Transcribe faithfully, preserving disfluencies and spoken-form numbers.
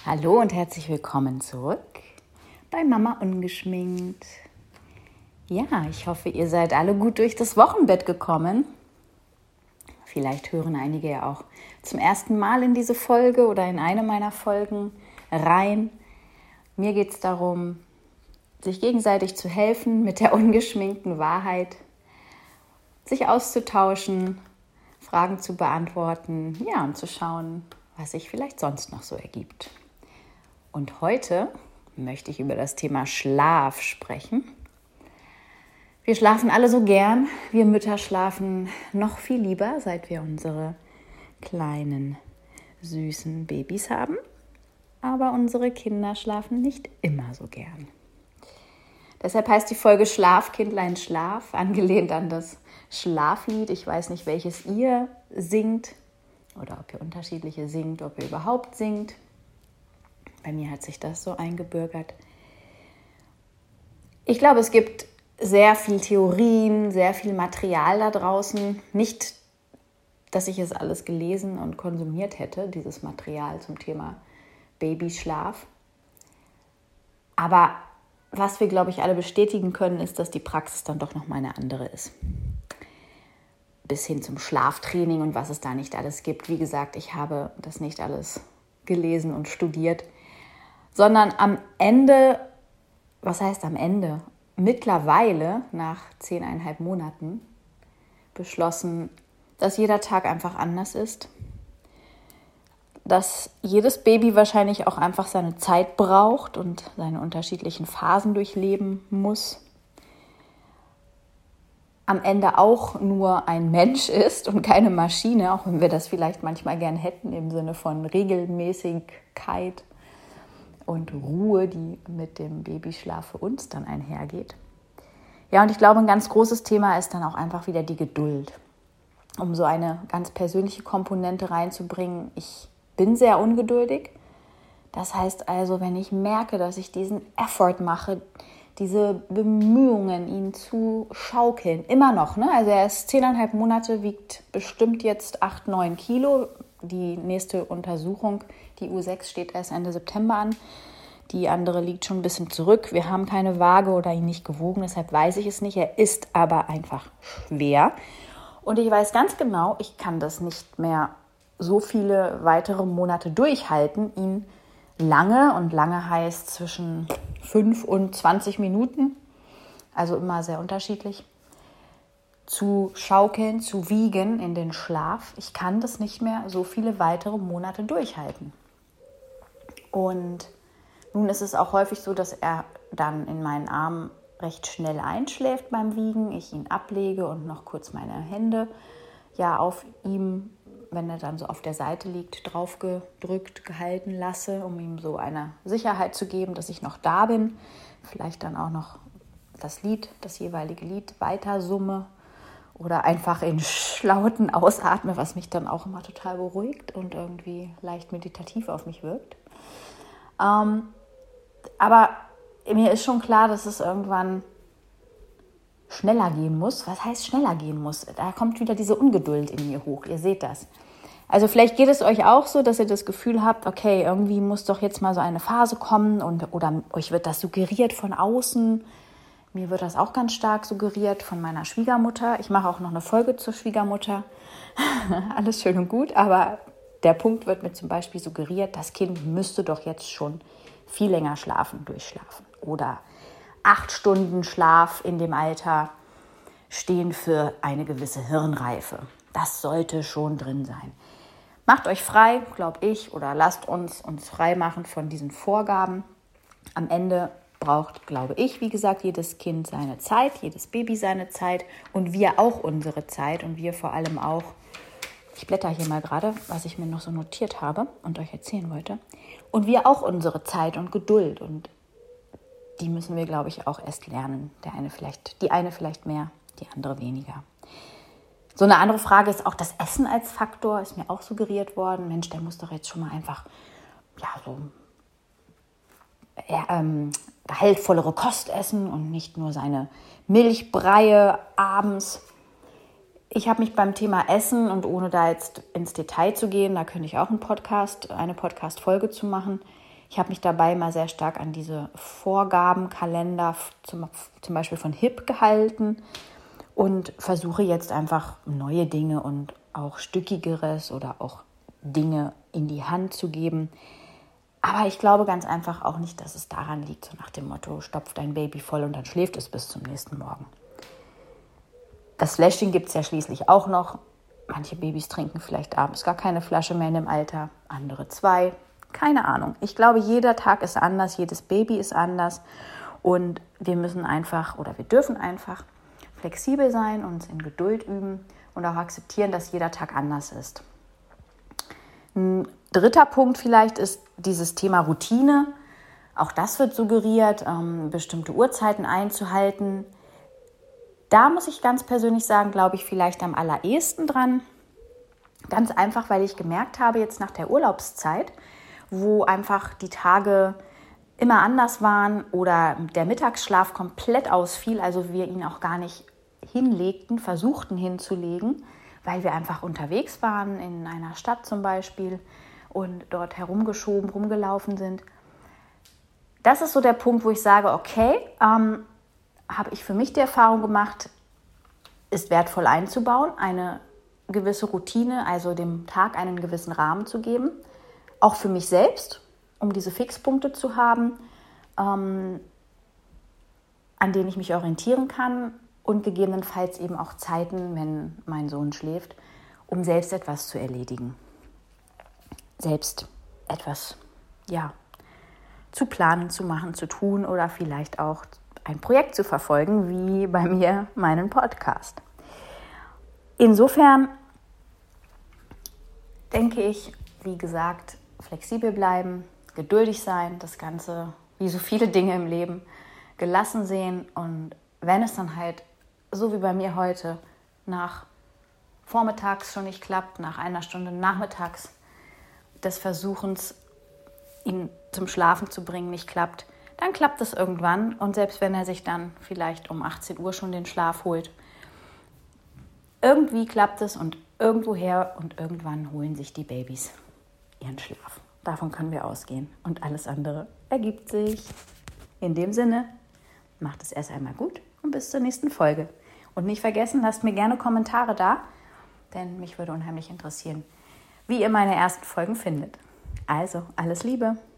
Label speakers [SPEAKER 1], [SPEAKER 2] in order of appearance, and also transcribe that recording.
[SPEAKER 1] Hallo und herzlich willkommen zurück bei Mama Ungeschminkt. Ja, ich hoffe, ihr seid alle gut durch das Wochenbett gekommen. Vielleicht hören einige ja auch zum ersten Mal in diese Folge oder in eine meiner Folgen rein. Mir geht es darum, sich gegenseitig zu helfen mit der ungeschminkten Wahrheit, sich auszutauschen, Fragen zu beantworten, ja, und zu schauen, was sich vielleicht sonst noch so ergibt. Und heute möchte ich über das Thema Schlaf sprechen. Wir schlafen alle so gern. Wir Mütter schlafen noch viel lieber, seit wir unsere kleinen, süßen Babys haben. Aber unsere Kinder schlafen nicht immer so gern. Deshalb heißt die Folge Schlaf, Kindlein, Schlaf, angelehnt an das Schlaflied. Ich weiß nicht, welches ihr singt oder ob ihr unterschiedliche singt, ob ihr überhaupt singt. Bei mir hat sich das so eingebürgert. Ich glaube, es gibt sehr viel Theorien, sehr viel Material da draußen. Nicht, dass ich es alles gelesen und konsumiert hätte, dieses Material zum Thema Babyschlaf. Aber was wir, glaube ich, alle bestätigen können, ist, dass die Praxis dann doch nochmal eine andere ist. Bis hin zum Schlaftraining und was es da nicht alles gibt. Wie gesagt, ich habe das nicht alles gelesen und studiert, sondern am Ende, was heißt am Ende? Mittlerweile, nach zehneinhalb Monaten, beschlossen, dass jeder Tag einfach anders ist. Dass jedes Baby wahrscheinlich auch einfach seine Zeit braucht und seine unterschiedlichen Phasen durchleben muss. Am Ende auch nur ein Mensch ist und keine Maschine, auch wenn wir das vielleicht manchmal gern hätten im Sinne von Regelmäßigkeit und Ruhe, die mit dem Babyschlaf für uns dann einhergeht. Ja, und ich glaube, ein ganz großes Thema ist dann auch einfach wieder die Geduld, um so eine ganz persönliche Komponente reinzubringen. Ich bin sehr ungeduldig. Das heißt also, wenn ich merke, dass ich diesen Effort mache, diese Bemühungen, ihn zu schaukeln, immer noch, ne? Also er ist zehneinhalb Monate, wiegt bestimmt jetzt acht, neun Kilo. Die nächste Untersuchung, die U sechs, steht erst Ende September an. Die andere liegt schon ein bisschen zurück. Wir haben keine Waage oder ihn nicht gewogen, deshalb weiß ich es nicht. Er ist aber einfach schwer. Und ich weiß ganz genau, ich kann das nicht mehr so viele weitere Monate durchhalten, ihn lange, und lange heißt zwischen fünf und zwanzig Minuten, also immer sehr unterschiedlich, zu schaukeln, zu wiegen in den Schlaf. Ich kann das nicht mehr so viele weitere Monate durchhalten. Und nun ist es auch häufig so, dass er dann in meinen Armen recht schnell einschläft beim Wiegen. Ich ihn ablege und noch kurz meine Hände ja auf ihm, wenn er dann so auf der Seite liegt, drauf gedrückt, gehalten lasse, um ihm so eine Sicherheit zu geben, dass ich noch da bin. Vielleicht dann auch noch das Lied, das jeweilige Lied weiter summe oder einfach in Schlauten ausatme, was mich dann auch immer total beruhigt und irgendwie leicht meditativ auf mich wirkt. Ähm, aber mir ist schon klar, dass es irgendwann schneller gehen muss. Was heißt schneller gehen muss? Da kommt wieder diese Ungeduld in mir hoch. Ihr seht das. Also vielleicht geht es euch auch so, dass ihr das Gefühl habt, okay, irgendwie muss doch jetzt mal so eine Phase kommen und oder euch wird das suggeriert von außen. Mir wird das auch ganz stark suggeriert von meiner Schwiegermutter. Ich mache auch noch eine Folge zur Schwiegermutter. Alles schön und gut, aber der Punkt wird mir zum Beispiel suggeriert, das Kind müsste doch jetzt schon viel länger schlafen, durchschlafen. Oder acht Stunden Schlaf in dem Alter stehen für eine gewisse Hirnreife. Das sollte schon drin sein. Macht euch frei, glaube ich, oder lasst uns uns frei machen von diesen Vorgaben. Am Ende braucht, glaube ich, wie gesagt, jedes Kind seine Zeit, jedes Baby seine Zeit und wir auch unsere Zeit und wir vor allem auch. Ich blätter hier mal gerade, was ich mir noch so notiert habe und euch erzählen wollte. Und wir auch unsere Zeit und Geduld. Und die müssen wir, glaube ich, auch erst lernen. Der eine vielleicht, die eine vielleicht mehr, die andere weniger. So eine andere Frage ist auch das Essen als Faktor. Ist mir auch suggeriert worden. Mensch, der muss doch jetzt schon mal einfach ja, so eher, ähm, gehaltvollere Kost essen und nicht nur seine Milchbreie abends. Ich habe mich beim Thema Essen, und ohne da jetzt ins Detail zu gehen, da könnte ich auch einen Podcast, eine Podcast-Folge zu machen, Ich habe mich dabei mal sehr stark an diese Vorgabenkalender zum, zum Beispiel von H I P gehalten und versuche jetzt einfach neue Dinge und auch Stückigeres oder auch Dinge in die Hand zu geben. Aber ich glaube ganz einfach auch nicht, dass es daran liegt, so nach dem Motto, stopf dein Baby voll und dann schläft es bis zum nächsten Morgen. Das Fläschchen gibt es ja schließlich auch noch. Manche Babys trinken vielleicht abends gar keine Flasche mehr in dem Alter, andere zwei. Keine Ahnung. Ich glaube, jeder Tag ist anders, jedes Baby ist anders und wir müssen einfach oder wir dürfen einfach flexibel sein, uns in Geduld üben und auch akzeptieren, dass jeder Tag anders ist. Ein dritter Punkt vielleicht ist dieses Thema Routine. Auch das wird suggeriert, ähm, bestimmte Uhrzeiten einzuhalten. Da muss ich ganz persönlich sagen, glaube ich, vielleicht am allerersten dran. Ganz einfach, weil ich gemerkt habe, jetzt nach der Urlaubszeit, wo einfach die Tage immer anders waren oder der Mittagsschlaf komplett ausfiel, also wir ihn auch gar nicht hinlegten, versuchten hinzulegen, weil wir einfach unterwegs waren, in einer Stadt zum Beispiel und dort herumgeschoben, rumgelaufen sind. Das ist so der Punkt, wo ich sage, okay, ähm, habe ich für mich die Erfahrung gemacht, ist wertvoll einzubauen, eine gewisse Routine, also dem Tag einen gewissen Rahmen zu geben, auch für mich selbst, um diese Fixpunkte zu haben, ähm, an denen ich mich orientieren kann und gegebenenfalls eben auch Zeiten, wenn mein Sohn schläft, um selbst etwas zu erledigen. Selbst etwas, ja, zu planen, zu machen, zu tun oder vielleicht auch ein Projekt zu verfolgen, wie bei mir meinen Podcast. Insofern denke ich, wie gesagt, flexibel bleiben, geduldig sein, das Ganze, wie so viele Dinge im Leben, gelassen sehen und wenn es dann halt, so wie bei mir heute, nach vormittags schon nicht klappt, nach einer Stunde nachmittags des Versuchens, ihn zum Schlafen zu bringen, nicht klappt, dann klappt es irgendwann und selbst wenn er sich dann vielleicht um achtzehn Uhr schon den Schlaf holt, irgendwie klappt es und irgendwoher und irgendwann holen sich die Babys ihren Schlaf. Davon können wir ausgehen und alles andere ergibt sich. In dem Sinne, macht es erst einmal gut und bis zur nächsten Folge. Und nicht vergessen, lasst mir gerne Kommentare da, denn mich würde unheimlich interessieren, wie ihr meine ersten Folgen findet. Also, alles Liebe!